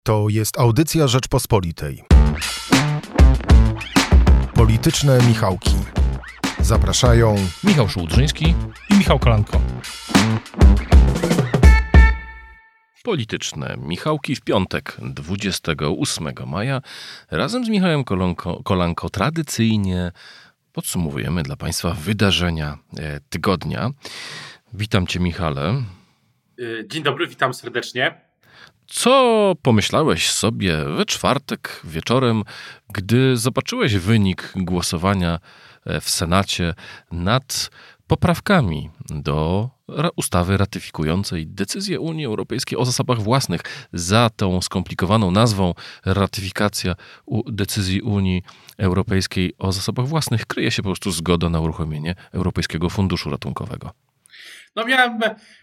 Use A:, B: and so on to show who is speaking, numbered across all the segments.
A: To jest audycja Rzeczpospolitej. Polityczne Michałki. Zapraszają
B: Michał Szułdrzyński i Michał Kolanko.
C: Polityczne Michałki w piątek, 28 maja. Razem z Michałem Kolanko tradycyjnie podsumowujemy dla Państwa wydarzenia tygodnia. Witam Cię, Michale.
D: Dzień dobry, witam serdecznie.
C: Co pomyślałeś sobie we czwartek wieczorem, gdy zobaczyłeś wynik głosowania w Senacie nad poprawkami do ustawy ratyfikującej decyzję Unii Europejskiej o zasobach własnych? Za tą skomplikowaną nazwą ratyfikacja decyzji Unii Europejskiej o zasobach własnych kryje się po prostu zgoda na uruchomienie Europejskiego Funduszu Ratunkowego.
D: No miałem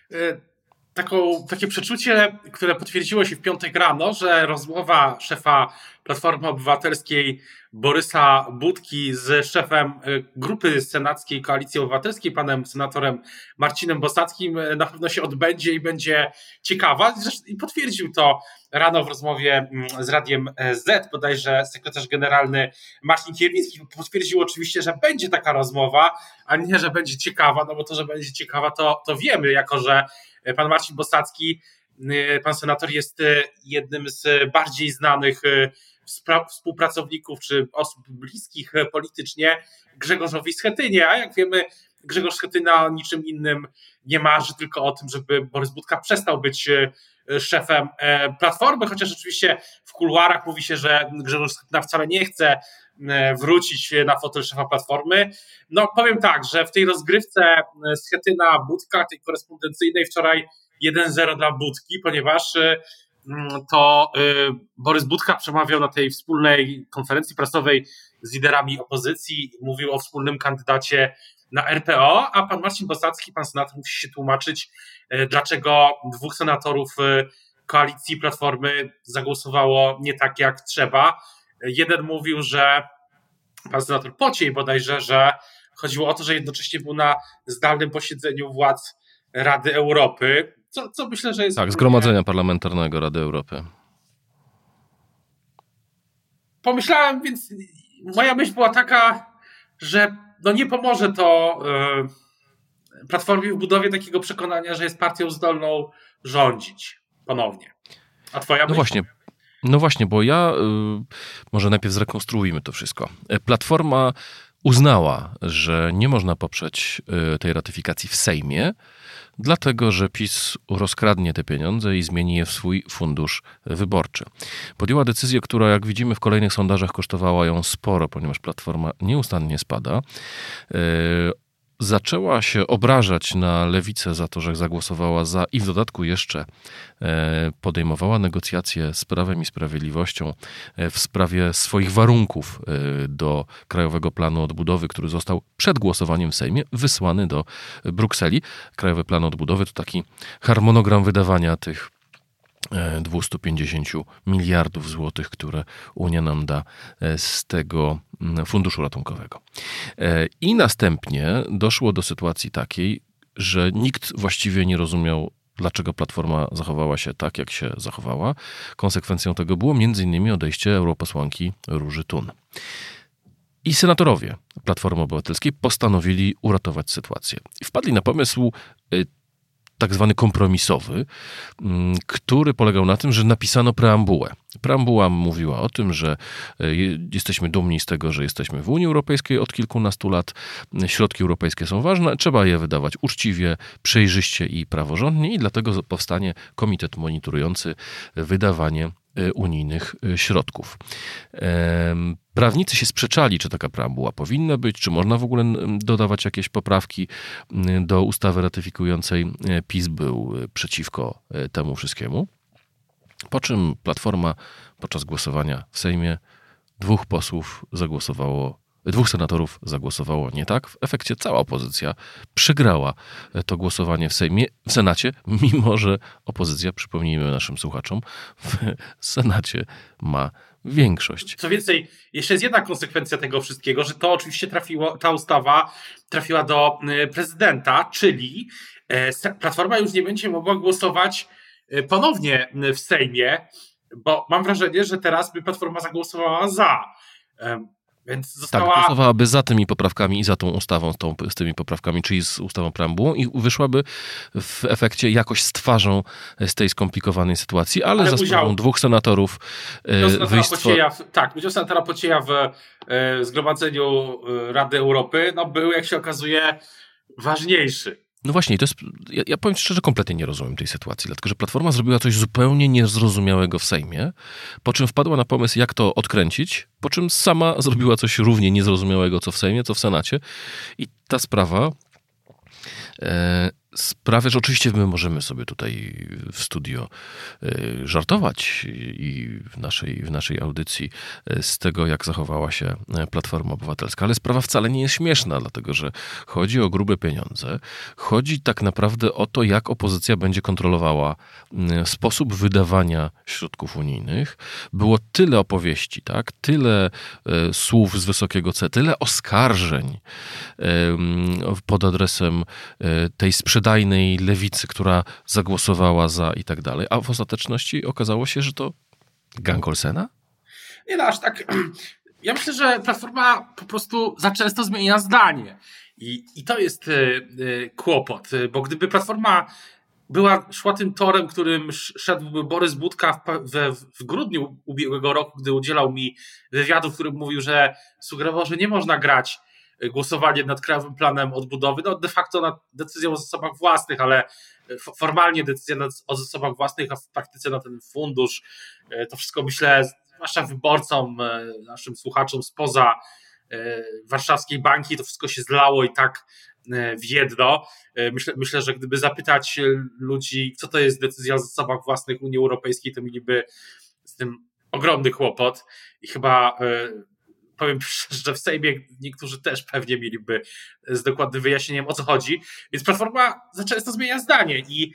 D: takie przeczucie, które potwierdziło się w piątek rano, że rozmowa szefa Platformy Obywatelskiej Borysa Budki z szefem grupy senackiej Koalicji Obywatelskiej, panem senatorem Marcinem Bosackim, na pewno się odbędzie i będzie ciekawa. I potwierdził to rano w rozmowie z Radiem Z, bodajże sekretarz generalny Marcin Kierwiński. Potwierdził oczywiście, że będzie taka rozmowa, a nie, że będzie ciekawa, no bo to, że będzie ciekawa, to wiemy, jako że pan Marcin Bosacki, pan senator, jest jednym z bardziej znanych współpracowników czy osób bliskich politycznie Grzegorzowi Schetynie, a jak wiemy, Grzegorz Schetyna o niczym innym nie marzy, tylko o tym, żeby Borys Budka przestał być szefem Platformy, chociaż oczywiście w kuluarach mówi się, że Grzegorz Schetyna wcale nie chce wrócić na fotel szefa Platformy. No powiem tak, że w tej rozgrywce Schetyna-Budka, tej korespondencyjnej, wczoraj 1-0 dla Budki, ponieważ to Borys Budka przemawiał na tej wspólnej konferencji prasowej z liderami opozycji, mówił o wspólnym kandydacie na RPO, a pan Marcin Bosacki, pan senator, musi się tłumaczyć, dlaczego dwóch senatorów koalicji Platformy zagłosowało nie tak jak trzeba. Jeden mówił, że pan senator Pociej bodajże, że chodziło o to, że jednocześnie był na zdalnym posiedzeniu władz Rady Europy, co myślę, że jest...
C: Tak, Zgromadzenia Parlamentarnego Rady Europy.
D: Pomyślałem, więc moja myśl była taka, że no nie pomoże to Platformie w budowie takiego przekonania, że jest partią zdolną rządzić ponownie. A twoja myśl?
C: No właśnie, bo może najpierw zrekonstruujmy to wszystko. Platforma uznała, że nie można poprzeć tej ratyfikacji w Sejmie, dlatego że PiS rozkradnie te pieniądze i zmieni je w swój fundusz wyborczy. Podjęła decyzję, która, jak widzimy, w kolejnych sondażach kosztowała ją sporo, ponieważ Platforma nieustannie spada. Zaczęła się obrażać na lewicę za to, że zagłosowała za i w dodatku jeszcze podejmowała negocjacje z Prawem i Sprawiedliwością w sprawie swoich warunków do Krajowego Planu Odbudowy, który został przed głosowaniem w Sejmie wysłany do Brukseli. Krajowy Plan Odbudowy to taki harmonogram wydawania tych 250 miliardów złotych, które Unia nam da z tego funduszu ratunkowego. I następnie doszło do sytuacji takiej, że nikt właściwie nie rozumiał, dlaczego Platforma zachowała się tak, jak się zachowała. Konsekwencją tego było m.in. odejście europosłanki Róży Thun. I senatorowie Platformy Obywatelskiej postanowili uratować sytuację. I wpadli na pomysł tak zwany kompromisowy, który polegał na tym, że napisano preambułę. Preambuła mówiła o tym, że jesteśmy dumni z tego, że jesteśmy w Unii Europejskiej od kilkunastu lat. Środki europejskie są ważne, trzeba je wydawać uczciwie, przejrzyście i praworządnie i dlatego powstanie komitet monitorujący wydawanie unijnych środków. Prawnicy się sprzeczali, czy taka preambuła powinna być, czy można w ogóle dodawać jakieś poprawki do ustawy ratyfikującej. PiS był przeciwko temu wszystkiemu. Po czym Platforma podczas głosowania w Sejmie dwóch senatorów zagłosowało nie tak. W efekcie cała opozycja przegrała to głosowanie w Senacie, mimo że opozycja, przypomnijmy naszym słuchaczom, w Senacie ma większość.
D: Co więcej, jeszcze jest jedna konsekwencja tego wszystkiego, że to oczywiście ta ustawa trafiła do prezydenta, czyli Platforma już nie będzie mogła głosować ponownie w Sejmie Bo mam wrażenie, że teraz by Platforma zagłosowała za. Więc została...
C: Tak, głosowałaby za tymi poprawkami i za tą ustawą, z tymi poprawkami, czyli z ustawą preambułą i wyszłaby w efekcie jakoś z twarzą z tej skomplikowanej sytuacji, ale za sprawą dwóch senatorów
D: udział senatora Pocieja w Zgromadzeniu Rady Europy był, jak się okazuje, ważniejszy.
C: No właśnie, to jest, ja powiem szczerze, kompletnie nie rozumiem tej sytuacji, dlatego że Platforma zrobiła coś zupełnie niezrozumiałego w Sejmie, po czym wpadła na pomysł, jak to odkręcić, po czym sama zrobiła coś równie niezrozumiałego, co w Sejmie, co w Senacie. I ta sprawa sprawia, że oczywiście my możemy sobie tutaj w studio żartować i w naszej audycji z tego, jak zachowała się Platforma Obywatelska, ale sprawa wcale nie jest śmieszna, dlatego że chodzi o grube pieniądze, chodzi tak naprawdę o to, jak opozycja będzie kontrolowała sposób wydawania środków unijnych. Było tyle opowieści, tak? Tyle słów z wysokiego C, tyle oskarżeń pod adresem tej sprzedajnej lewicy, która zagłosowała za i tak dalej, a w ostateczności okazało się, że to gang Olsena?
D: Nie no, aż tak. Ja myślę, że Platforma po prostu za często zmienia zdanie. I to jest kłopot, bo gdyby Platforma szła tym torem, którym szedłby Borys Budka w grudniu ubiegłego roku, gdy udzielał mi wywiadu, w którym mówił, że sugerował, że nie można grać głosowanie nad Krajowym Planem Odbudowy, de facto nad decyzją o zasobach własnych, ale formalnie decyzja o zasobach własnych, a w praktyce na ten fundusz. To wszystko, myślę, zwłaszcza wyborcom, naszym słuchaczom spoza warszawskiej bańki, to wszystko się zlało i tak w jedno. Myślę, że gdyby zapytać ludzi, co to jest decyzja o zasobach własnych Unii Europejskiej, to mieliby z tym ogromny kłopot i chyba powiem szczerze, że w Sejmie niektórzy też pewnie mieliby z dokładnym wyjaśnieniem, o co chodzi. Więc Platforma za często zmienia zdanie i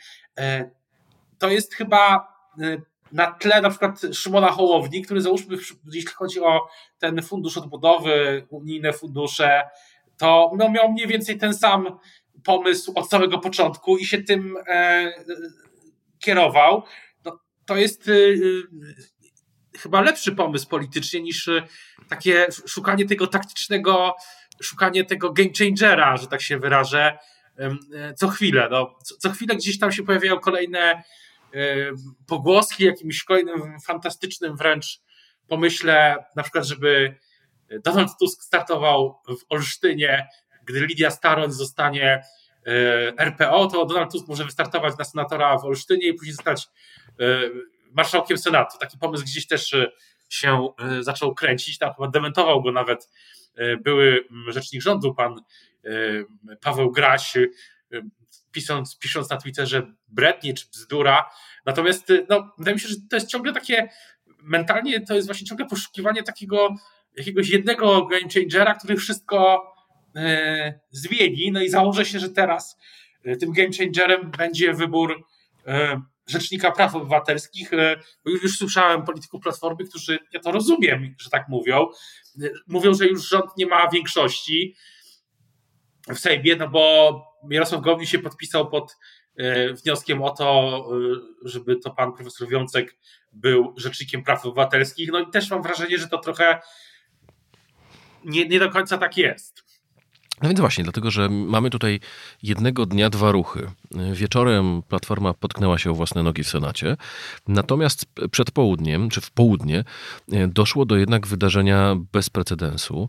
D: to jest chyba na tle na przykład Szymona Hołowni, który załóżmy, jeśli chodzi o ten fundusz odbudowy, unijne fundusze, to miał mniej więcej ten sam pomysł od samego początku i się tym kierował. To jest chyba lepszy pomysł politycznie niż takie szukanie tego taktycznego, szukanie tego game changera, że tak się wyrażę, co chwilę. Co chwilę gdzieś tam się pojawiają kolejne pogłoski, jakimś kolejnym fantastycznym wręcz pomyśle, na przykład, żeby Donald Tusk startował w Olsztynie, gdy Lidia Staroń zostanie RPO, to Donald Tusk może wystartować na senatora w Olsztynie i później zostać marszałkiem Senatu. Taki pomysł gdzieś też się zaczął kręcić, tam chyba dementował go nawet były rzecznik rządu, pan Paweł Graś, pisząc na Twitterze brednie czy bzdura. Natomiast wydaje mi się, że to jest ciągle takie, mentalnie to jest właśnie ciągle poszukiwanie takiego jakiegoś jednego game changera, który wszystko zmieni. No i założę się, że teraz tym game changerem będzie wybór Rzecznika Praw Obywatelskich, bo już słyszałem polityków Platformy, którzy, ja to rozumiem, że tak mówią, że już rząd nie ma większości w Sejmie, no bo Jarosław Gowin się podpisał pod wnioskiem o to, żeby to pan profesor Wiącek był Rzecznikiem Praw Obywatelskich. No i też mam wrażenie, że to trochę nie do końca tak jest.
C: No więc właśnie, dlatego, że mamy tutaj jednego dnia dwa ruchy. Wieczorem Platforma potknęła się o własne nogi w Senacie, natomiast przed południem, czy w południe, doszło do jednak wydarzenia bez precedensu.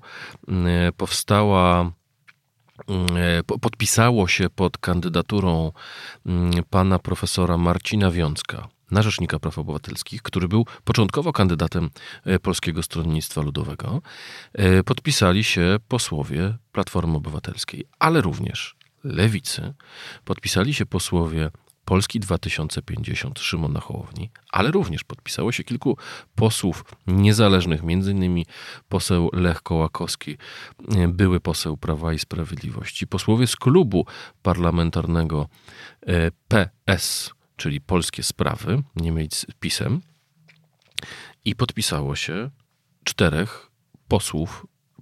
C: Podpisało się pod kandydaturą pana profesora Marcina Wiącka na Rzecznika Praw Obywatelskich, który był początkowo kandydatem Polskiego Stronnictwa Ludowego. Podpisali się posłowie Platformy Obywatelskiej, ale również Lewicy. Podpisali się posłowie Polski 2050 Szymona Hołowni, ale również podpisało się kilku posłów niezależnych, m.in. poseł Lech Kołakowski, były poseł Prawa i Sprawiedliwości, posłowie z klubu parlamentarnego PS, czyli Polskie Sprawy, nie mylić z PiS-em, i podpisało się 4 posłów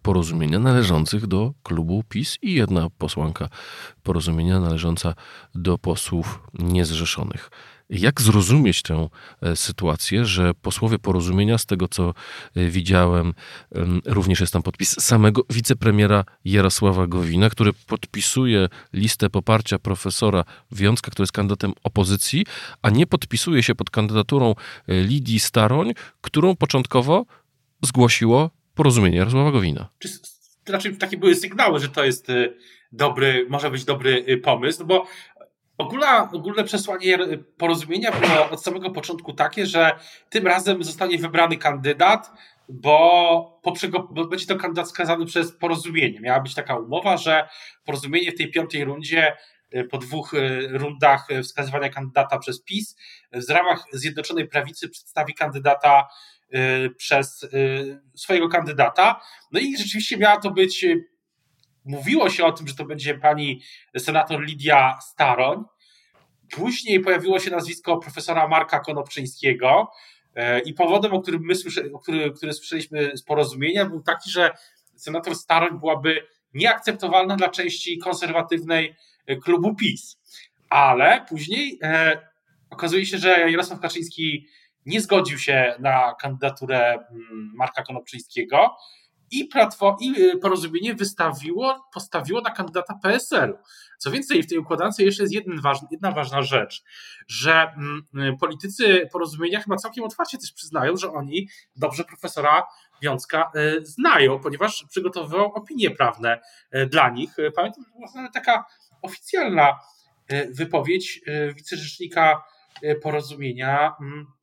C: Porozumienia należących do klubu PiS i jedna posłanka Porozumienia należąca do posłów niezrzeszonych. Jak zrozumieć tę sytuację, że posłowie Porozumienia, z tego co widziałem, również jest tam podpis samego wicepremiera Jarosława Gowina, który podpisuje listę poparcia profesora Wiącka, który jest kandydatem opozycji, a nie podpisuje się pod kandydaturą Lidii Staroń, którą początkowo zgłosiło Porozumienie Jarosława Gowina.
D: Znaczy, takie były sygnały, że to jest może być dobry pomysł, bo ogólne przesłanie Porozumienia było od samego początku takie, że tym razem zostanie wybrany kandydat, bo będzie to kandydat skazany przez Porozumienie. Miała być taka umowa, że Porozumienie w tej 5. rundzie, po 2 rundach wskazywania kandydata przez PiS, w ramach Zjednoczonej Prawicy przedstawi kandydata przez swojego kandydata. No i rzeczywiście miała to być, mówiło się o tym, że to będzie pani senator Lidia Staroń. Później pojawiło się nazwisko profesora Marka Konopczyńskiego i powodem, który słyszeliśmy z Porozumienia, był taki, że senator Staroń byłaby nieakceptowalna dla części konserwatywnej klubu PiS. Ale później okazuje się, że Jarosław Kaczyński nie zgodził się na kandydaturę Marka Konopczyńskiego i Porozumienie postawiło na kandydata PSL-u. Co więcej, w tej układance jeszcze jest jedna ważna rzecz, że politycy Porozumienia chyba całkiem otwarcie też przyznają, że oni dobrze profesora Wiącka znają, ponieważ przygotowywał opinie prawne dla nich. Pamiętam, że była nawet taka oficjalna wypowiedź wicerzecznika Porozumienia,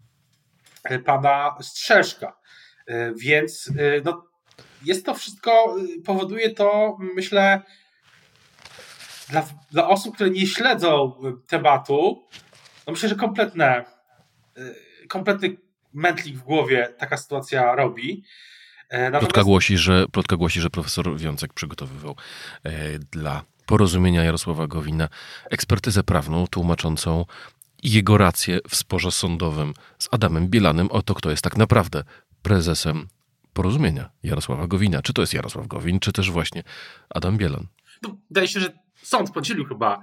D: pana Strzeszka. Więc jest to wszystko, powoduje to, myślę, dla osób, które nie śledzą tematu, myślę, że kompletny mętlik w głowie taka sytuacja robi.
C: Plotka głosi, że profesor Wiącek przygotowywał dla Porozumienia Jarosława Gowina ekspertyzę prawną tłumaczącą jego rację w sporze sądowym z Adamem Bielanem o to, kto jest tak naprawdę prezesem Porozumienia Jarosława Gowina. Czy to jest Jarosław Gowin, czy też właśnie Adam Bielan?
D: Wydaje się, że sąd podzielił chyba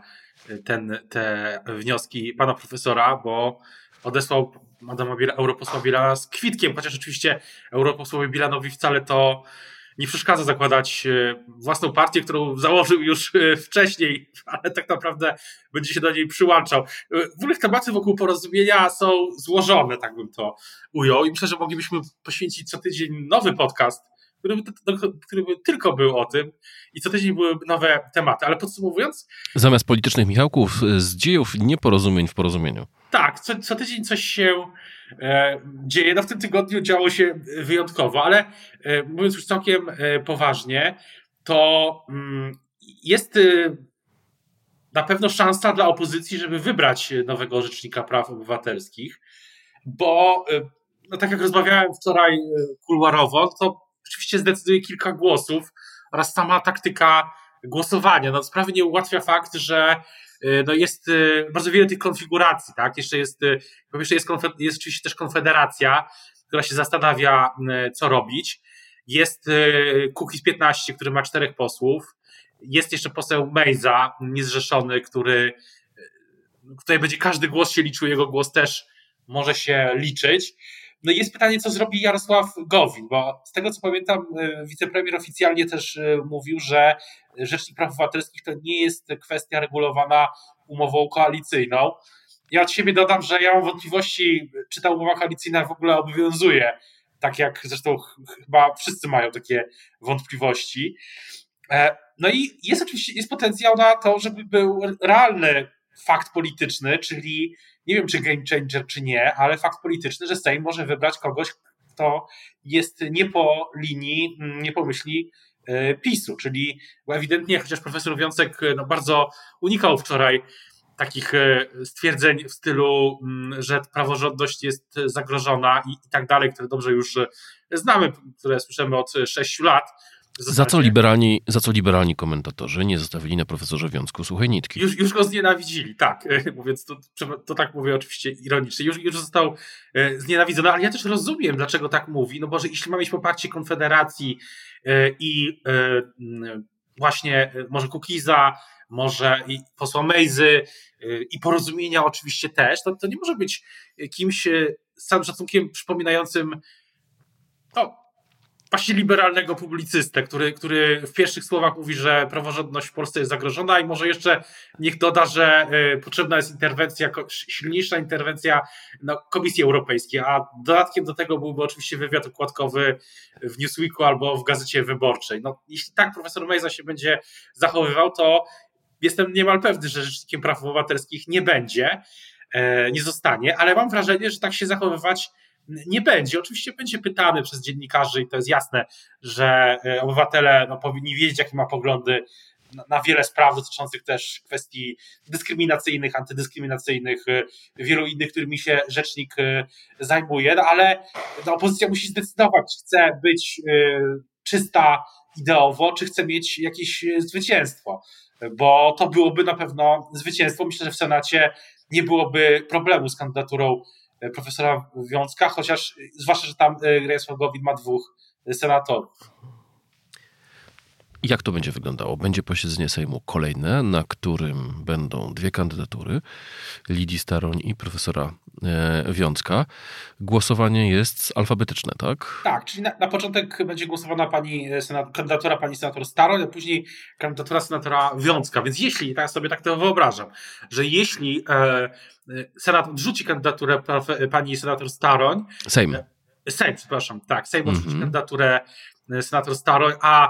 D: te wnioski pana profesora, bo odesłał europosła Bielana z kwitkiem, chociaż oczywiście europosłowi Bielanowi wcale to nie przeszkadza zakładać własną partię, którą założył już wcześniej, ale tak naprawdę będzie się do niej przyłączał. W ogóle tematy wokół Porozumienia są złożone, tak bym to ujął, i myślę, że moglibyśmy poświęcić co tydzień nowy podcast, który by tylko był o tym, i co tydzień były nowe tematy. Ale podsumowując...
C: Zamiast politycznych Michałków z dziejów nieporozumień w Porozumieniu.
D: Tak, co tydzień coś się dzieje. W tym tygodniu działo się wyjątkowo, ale mówiąc już całkiem poważnie, to jest na pewno szansa dla opozycji, żeby wybrać nowego rzecznika praw obywatelskich, bo tak jak rozmawiałem wczoraj kuluarowo, to oczywiście zdecyduje kilka głosów oraz sama taktyka głosowania. Sprawy nie ułatwia fakt, że jest bardzo wiele tych konfiguracji, tak? Jeszcze jest oczywiście też Konfederacja, która się zastanawia, co robić. Jest Kukiz 15, który ma 4 posłów. Jest jeszcze poseł Mejza, niezrzeszony, tutaj będzie każdy głos się liczył, jego głos też może się liczyć. No i jest pytanie, co zrobi Jarosław Gowin, bo z tego co pamiętam, wicepremier oficjalnie też mówił, że Rzecznik Praw Obywatelskich to nie jest kwestia regulowana umową koalicyjną. Ja od siebie dodam, że ja mam wątpliwości, czy ta umowa koalicyjna w ogóle obowiązuje, tak jak zresztą chyba wszyscy mają takie wątpliwości. No i jest potencjał na to, żeby był realny fakt polityczny, czyli nie wiem, czy game changer, czy nie, ale fakt polityczny, że Sejm może wybrać kogoś, kto jest nie po linii, nie po myśli PiS-u, czyli ewidentnie, chociaż profesor Wiącek bardzo unikał wczoraj takich stwierdzeń w stylu, że praworządność jest zagrożona i tak dalej, które dobrze już znamy, które słyszymy od 6 lat,
C: Za co liberalni komentatorzy nie zostawili na profesorze Wiązku suchej nitki?
D: Już go znienawidzili, tak. Mówiąc to tak mówię oczywiście ironicznie. Już został znienawidzony, ale ja też rozumiem, dlaczego tak mówi. No bo że jeśli ma mieć poparcie Konfederacji i właśnie może Kukiza, może i posła Mejzy i Porozumienia oczywiście też, to nie może być kimś z całym szacunkiem przypominającym właśnie liberalnego publicystę, który w pierwszych słowach mówi, że praworządność w Polsce jest zagrożona i może jeszcze niech doda, że potrzebna jest interwencja, silniejsza interwencja Komisji Europejskiej, a dodatkiem do tego byłby oczywiście wywiad układkowy w Newsweeku albo w Gazecie Wyborczej. Jeśli tak profesor Mejza się będzie zachowywał, to jestem niemal pewny, że rzecznikiem praw obywatelskich nie będzie, nie zostanie, ale mam wrażenie, że tak się zachowywać nie będzie. Oczywiście będzie pytany przez dziennikarzy i to jest jasne, że obywatele powinni wiedzieć, jakie ma poglądy na wiele spraw dotyczących też kwestii dyskryminacyjnych, antydyskryminacyjnych, wielu innych, którymi się rzecznik zajmuje, ale opozycja musi zdecydować, czy chce być czysta ideowo, czy chce mieć jakieś zwycięstwo, bo to byłoby na pewno zwycięstwo. Myślę, że w Senacie nie byłoby problemu z kandydaturą profesora Wiązka, chociaż zwłaszcza, że tam Jarosław Gowin ma 2 senatorów.
C: Jak to będzie wyglądało? Będzie posiedzenie Sejmu kolejne, na którym będą 2 kandydatury, Lidii Staroń i profesora Wiązka. Głosowanie jest alfabetyczne, tak?
D: Tak, czyli na początek będzie głosowana kandydatura pani senator Staroń, a później kandydatura senatora Wiązka. Więc jeśli, tak sobie tak to wyobrażam, że jeśli Senat odrzuci kandydaturę pani senator Staroń... Sejm, przepraszam, tak. Sejm odrzuci kandydaturę senator Staroń,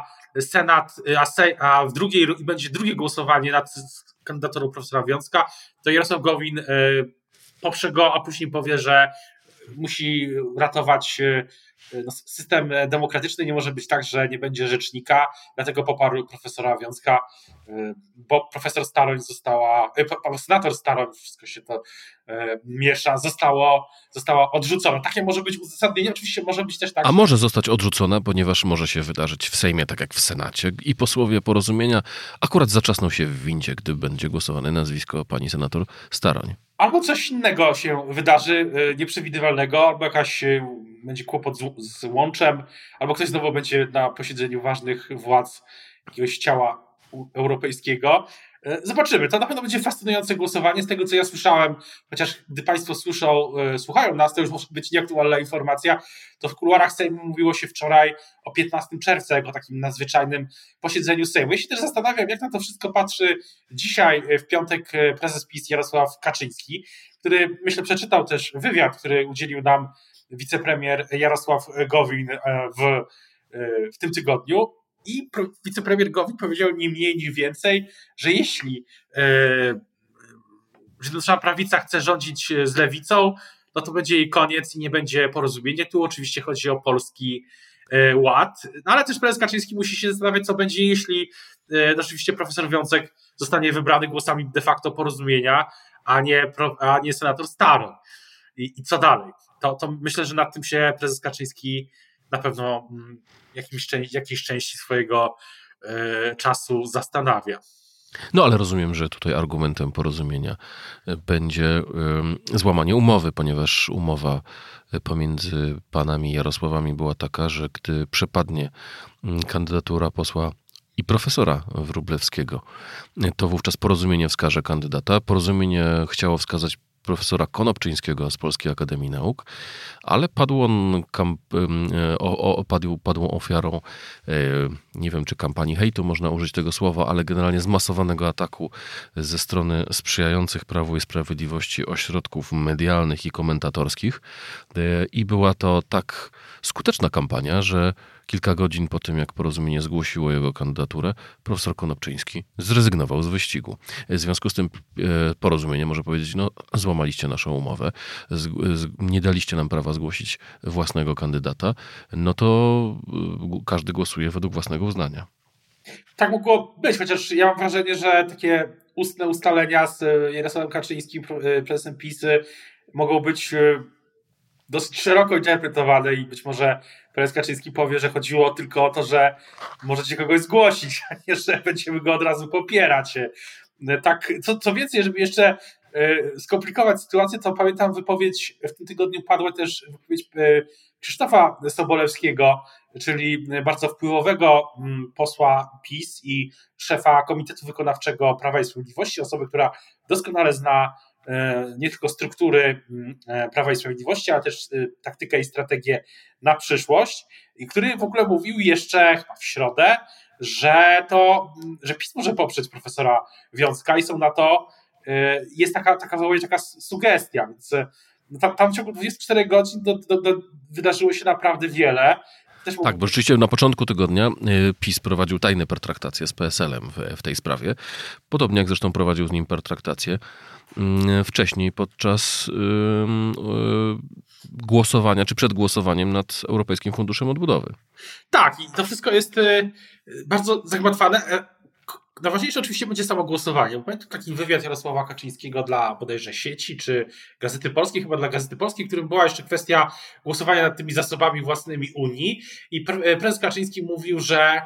D: a w drugiej będzie drugie głosowanie nad kandydaturą profesora Wiązka, to Jarosław Gowin poprze go, a później powie, że musi ratować system demokratyczny. Nie może być tak, że nie będzie rzecznika, dlatego poparł profesora Wiązka, bo profesor Staroń senator Staroń, wszystko się to miesza, została odrzucona. Takie może być uzasadnienie, oczywiście może być też tak.
C: A może zostać odrzucona, ponieważ może się wydarzyć w Sejmie, tak jak w Senacie, i posłowie Porozumienia akurat zaczasną się w windzie, gdy będzie głosowane nazwisko pani senator Staroń.
D: Albo coś innego się wydarzy nieprzewidywalnego, albo będzie kłopot z łączem, albo ktoś znowu będzie na posiedzeniu ważnych władz jakiegoś ciała europejskiego. Zobaczymy. To na pewno będzie fascynujące głosowanie. Z tego, co ja słyszałem, chociaż gdy Państwo słuchają nas, to już może być nieaktualna informacja, to w kuluarach Sejmu mówiło się wczoraj o 15 czerwca jako takim nadzwyczajnym posiedzeniu Sejmu. Ja się też zastanawiam, jak na to wszystko patrzy dzisiaj, w piątek, prezes PiS Jarosław Kaczyński, który, myślę, przeczytał też wywiad, który udzielił nam wicepremier Jarosław Gowin w tym tygodniu. I wicepremier Gowin powiedział nie mniej, ni więcej, że jeśli Zjednoczona Prawica chce rządzić z lewicą, no to będzie jej koniec i nie będzie porozumienia. Tu oczywiście chodzi o Polski Ład, no ale też prezes Kaczyński musi się zastanawiać, co będzie, jeśli oczywiście profesor Wiązek zostanie wybrany głosami de facto Porozumienia, a nie senator Staroń. I co dalej? To myślę, że nad tym się prezes Kaczyński na pewno jakiejś części swojego czasu zastanawia.
C: No ale rozumiem, że tutaj argumentem Porozumienia będzie złamanie umowy, ponieważ umowa pomiędzy panami Jarosławami była taka, że gdy przepadnie kandydatura posła i profesora Wróblewskiego, to wówczas Porozumienie wskaże kandydata. Porozumienie chciało wskazać profesora Konopczyńskiego z Polskiej Akademii Nauk, ale padł on ofiarą, nie wiem czy kampanii hejtu można użyć tego słowa, ale generalnie zmasowanego ataku ze strony sprzyjających Prawu i Sprawiedliwości ośrodków medialnych i komentatorskich. I była to tak skuteczna kampania, że kilka godzin po tym, jak Porozumienie zgłosiło jego kandydaturę, profesor Konopczyński zrezygnował z wyścigu. W związku z tym Porozumienie może powiedzieć, no złamaliście naszą umowę, nie daliście nam prawa zgłosić własnego kandydata, no to każdy głosuje według własnego uznania.
D: Tak mogło być, chociaż ja mam wrażenie, że takie ustne ustalenia z Jarosławem Kaczyńskim, prezesem PiS, mogą być dosyć szeroko interpretowane i być może prezes Kaczyński powie, że chodziło tylko o to, że możecie kogoś zgłosić, a nie, że będziemy go od razu popierać. Tak, co więcej, żeby jeszcze skomplikować sytuację, to pamiętam wypowiedź, w tym tygodniu padła też wypowiedź Krzysztofa Sobolewskiego, czyli bardzo wpływowego posła PiS i szefa Komitetu Wykonawczego Prawa i Sprawiedliwości, osoby, która doskonale zna nie tylko struktury Prawa i Sprawiedliwości, ale też taktykę i strategię na przyszłość, i który w ogóle mówił jeszcze chyba w środę, że PiS może poprzeć profesora Wiącka i są na to, jest taka sugestia, więc tam w ciągu 24 godzin wydarzyło się naprawdę wiele.
C: Tak, bo rzeczywiście na początku tygodnia PiS prowadził tajne pertraktacje z PSL-em w tej sprawie. Podobnie jak zresztą prowadził z nim pertraktacje wcześniej podczas głosowania, czy przed głosowaniem nad Europejskim Funduszem Odbudowy.
D: Tak, i to wszystko jest bardzo zagmatwane. Najważniejsze oczywiście będzie samo głosowanie. Pamiętam taki wywiad Jarosława Kaczyńskiego dla bodajże Sieci, czy Gazety Polskiej, chyba dla Gazety Polskiej, w którym była jeszcze kwestia głosowania nad tymi zasobami własnymi Unii i prezes Kaczyński mówił, że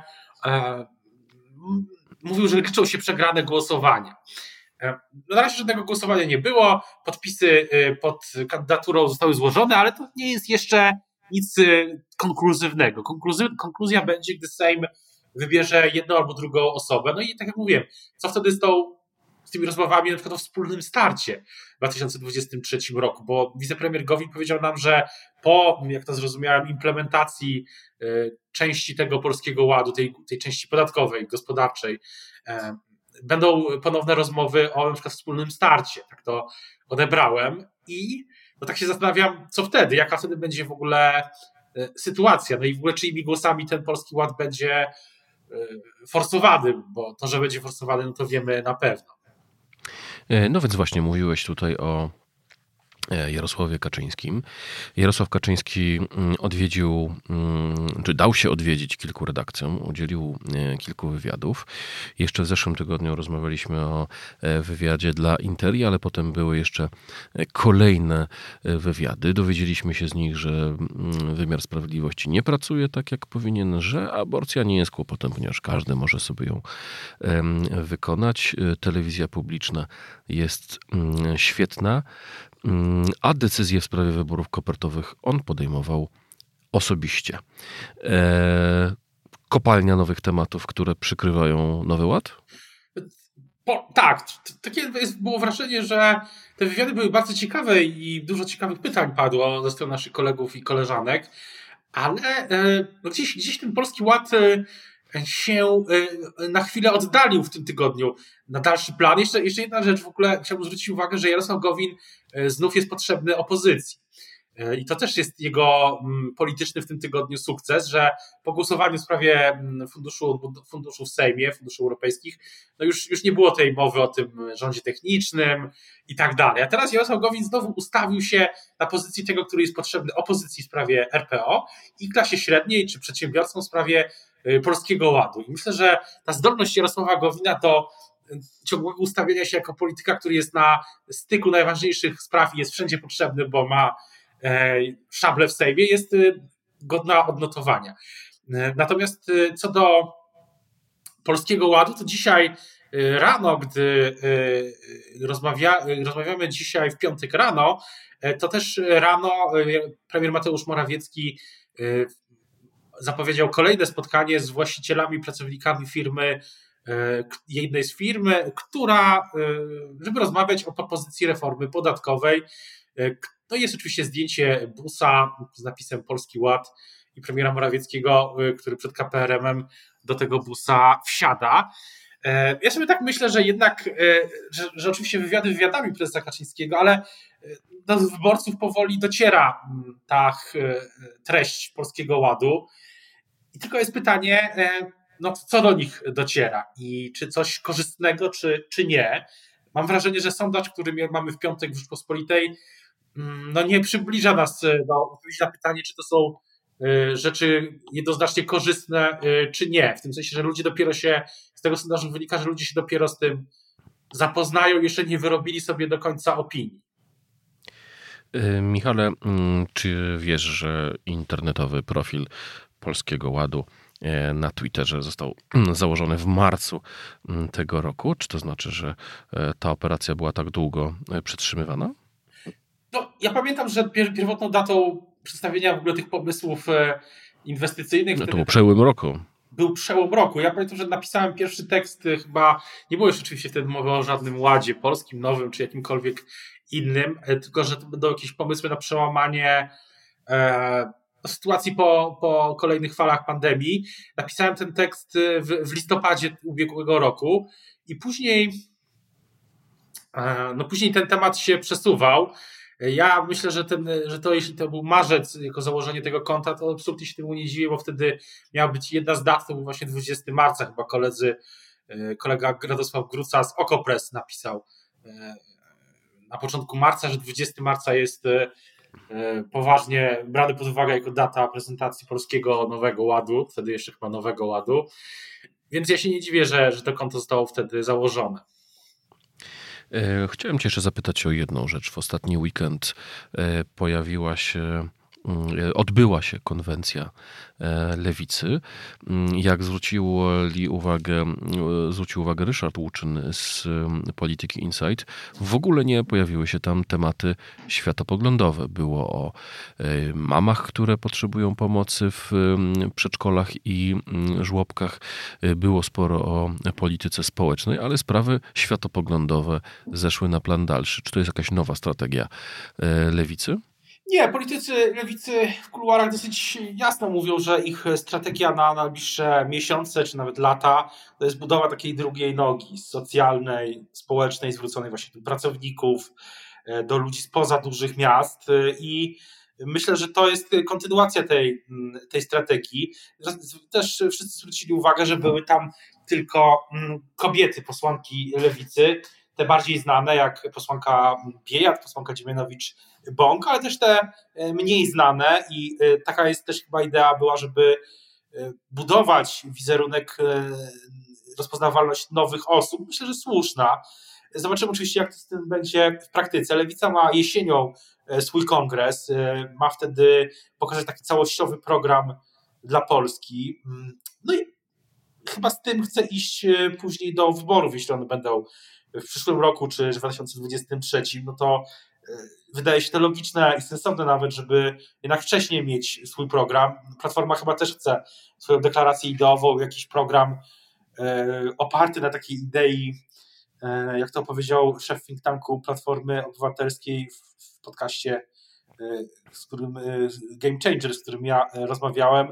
D: liczą się przegrane głosowania. Na razie żadnego głosowania nie było, podpisy pod kandydaturą zostały złożone, ale to nie jest jeszcze nic konkluzywnego. Konkluzja będzie, gdy Sejm wybierze jedną albo drugą osobę. No i tak jak mówiłem, co wtedy z tymi rozmowami na przykład o wspólnym starcie w 2023 roku, bo wicepremier Gowin powiedział nam, że po, jak to zrozumiałem, implementacji części tego Polskiego Ładu, tej części podatkowej, gospodarczej, będą ponowne rozmowy o na przykład wspólnym starcie. Tak to odebrałem i tak się zastanawiam, co wtedy, jaka wtedy będzie w ogóle sytuacja, no i w ogóle czyimi głosami ten Polski Ład będzie forsowany, bo to, że będzie forsowany, no to wiemy na pewno.
C: No więc właśnie mówiłeś tutaj o Jarosławie Kaczyńskim. Jarosław Kaczyński odwiedził, czy dał się odwiedzić kilku redakcjom, udzielił kilku wywiadów. Jeszcze w zeszłym tygodniu rozmawialiśmy o wywiadzie dla Interi, ale potem były jeszcze kolejne wywiady. Dowiedzieliśmy się z nich, że wymiar sprawiedliwości nie pracuje tak, jak powinien, że aborcja nie jest kłopotem, ponieważ każdy może sobie ją wykonać. Telewizja publiczna jest świetna, a decyzję w sprawie wyborów kopertowych on podejmował osobiście. Kopalnia nowych tematów, które przykrywają Nowy Ład?
D: Tak, takie było wrażenie, że te wywiady były bardzo ciekawe i dużo ciekawych pytań padło ze strony naszych kolegów i koleżanek, ale gdzieś ten Polski Ład się na chwilę oddalił w tym tygodniu na dalszy plan. Jeszcze jedna rzecz, w ogóle chciałbym zwrócić uwagę, że Jarosław Gowin znów jest potrzebny opozycji. I to też jest jego polityczny w tym tygodniu sukces, że po głosowaniu w sprawie funduszu w Sejmie, funduszy europejskich, no już nie było tej mowy o tym rządzie technicznym i tak dalej. A teraz Jarosław Gowin znowu ustawił się na pozycji tego, który jest potrzebny opozycji w sprawie RPO i klasie średniej czy przedsiębiorcom w sprawie Polskiego Ładu. I myślę, że ta zdolność Jarosława Gowina do ciągłego ustawienia się jako polityka, który jest na styku najważniejszych spraw i jest wszędzie potrzebny, bo ma szable w Sejmie, jest godna odnotowania. Natomiast co do Polskiego Ładu, to dzisiaj rano, gdy rozmawiamy dzisiaj w piątek rano, to też rano premier Mateusz Morawiecki zapowiedział kolejne spotkanie z właścicielami, pracownikami firmy, jednej z firm, żeby rozmawiać o propozycji reformy podatkowej. No jest oczywiście zdjęcie busa z napisem Polski Ład i premiera Morawieckiego, który przed KPRM-em do tego busa wsiada. Ja sobie tak myślę, że jednak, że oczywiście wywiadami prezesa Kaczyńskiego, ale do wyborców powoli dociera ta treść Polskiego Ładu. I tylko jest pytanie, no co do nich dociera i czy coś korzystnego, czy nie. Mam wrażenie, że sondaż, który mamy w piątek w Rzeczpospolitej, no nie przybliża nas do odpowiedzi na pytanie, czy to są rzeczy jednoznacznie korzystne, czy nie. W tym sensie, że ludzie dopiero się, z tego sondażu wynika, że ludzie się dopiero z tym zapoznają, jeszcze nie wyrobili sobie do końca opinii.
C: Michale, czy wiesz, że internetowy profil Polskiego Ładu na Twitterze został założony w marcu tego roku? Czy to znaczy, że ta operacja była tak długo przytrzymywana?
D: No, ja pamiętam, że pierwotną datą przedstawienia w ogóle tych pomysłów inwestycyjnych...
C: No to był przełom roku.
D: Był przełom roku. Ja pamiętam, że napisałem pierwszy tekst, chyba nie było już oczywiście wtedy mowy o żadnym ładzie polskim, nowym czy jakimkolwiek innym, tylko że to będą jakieś pomysły na przełamanie sytuacji po kolejnych falach pandemii. Napisałem ten tekst w listopadzie ubiegłego roku i później ten temat się przesuwał. Ja myślę, że jeśli to był marzec jako założenie tego konta, to absolutnie się temu nie dziwię, bo wtedy miała być jedna z dat, to był właśnie 20 marca, chyba kolega Radosław Gruca z Okopres napisał na początku marca, że 20 marca jest poważnie brany pod uwagę jako data prezentacji Polskiego Nowego Ładu, wtedy jeszcze chyba Nowego Ładu, więc ja się nie dziwię, że to konto zostało wtedy założone.
C: Chciałem cię jeszcze zapytać o jedną rzecz. W ostatni weekend odbyła się konwencja Lewicy. Jak zwrócił uwagę Ryszard Łuczyn z Polityki Insight, w ogóle nie pojawiły się tam tematy światopoglądowe. Było o mamach, które potrzebują pomocy w przedszkolach i żłobkach. Było sporo o polityce społecznej, ale sprawy światopoglądowe zeszły na plan dalszy. Czy to jest jakaś nowa strategia Lewicy?
D: Nie, politycy Lewicy w kuluarach dosyć jasno mówią, że ich strategia na najbliższe miesiące czy nawet lata to jest budowa takiej drugiej nogi socjalnej, społecznej, zwróconej właśnie do pracowników, do ludzi spoza dużych miast i myślę, że to jest kontynuacja tej strategii. Też wszyscy zwrócili uwagę, że były tam tylko kobiety, posłanki Lewicy, te bardziej znane jak posłanka Biejat, posłanka Dziemianowicz-Bąk, ale też te mniej znane i taka jest też chyba idea była, żeby budować wizerunek, rozpoznawalność nowych osób. Myślę, że słuszna. Zobaczymy oczywiście, jak to z tym będzie w praktyce. Lewica ma jesienią swój kongres, ma wtedy pokazać taki całościowy program dla Polski. No i chyba z tym chce iść później do wyborów, jeśli one będą w przyszłym roku czy w 2023, no to wydaje się to logiczne i sensowne nawet, żeby jednak wcześniej mieć swój program. Platforma chyba też chce swoją deklarację ideową, jakiś program oparty na takiej idei, jak to powiedział szef think tanku Platformy Obywatelskiej w podcaście, Game Changer, z którym ja rozmawiałem,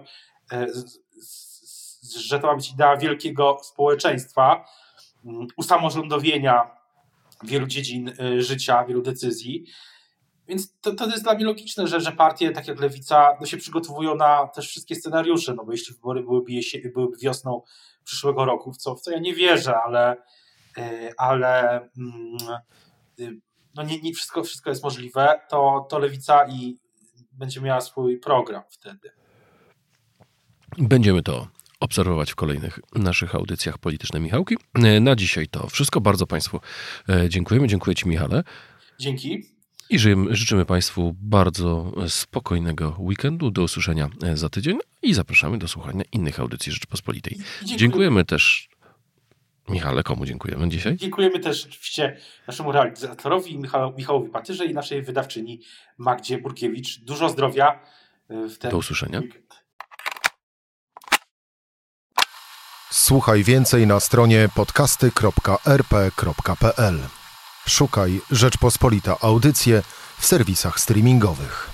D: że to ma być idea wielkiego społeczeństwa, usamorządowienia wielu dziedzin życia, wielu decyzji. Więc to jest dla mnie logiczne, że partie, tak jak Lewica, się przygotowują na też wszystkie scenariusze, no bo jeśli wybory byłyby wiosną przyszłego roku, w co ja nie wierzę, ale no nie wszystko jest możliwe, to Lewica i będzie miała swój program wtedy.
C: Będziemy to obserwować w kolejnych naszych audycjach Polityczne Michałki. Na dzisiaj to wszystko. Bardzo Państwu dziękujemy. Dziękuję Ci, Michale.
D: Dzięki.
C: I życzymy Państwu bardzo spokojnego weekendu. Do usłyszenia za tydzień i zapraszamy do słuchania innych audycji Rzeczypospolitej. Dziękujemy też. Michale, komu dziękujemy dzisiaj?
D: Dziękujemy też oczywiście naszemu realizatorowi Michałowi Patyrze i naszej wydawczyni Magdzie Burkiewicz. Dużo zdrowia w ten
C: Do usłyszenia.
D: weekend.
A: Słuchaj więcej na stronie podcasty.rp.pl. Szukaj Rzeczpospolita Audycje w serwisach streamingowych.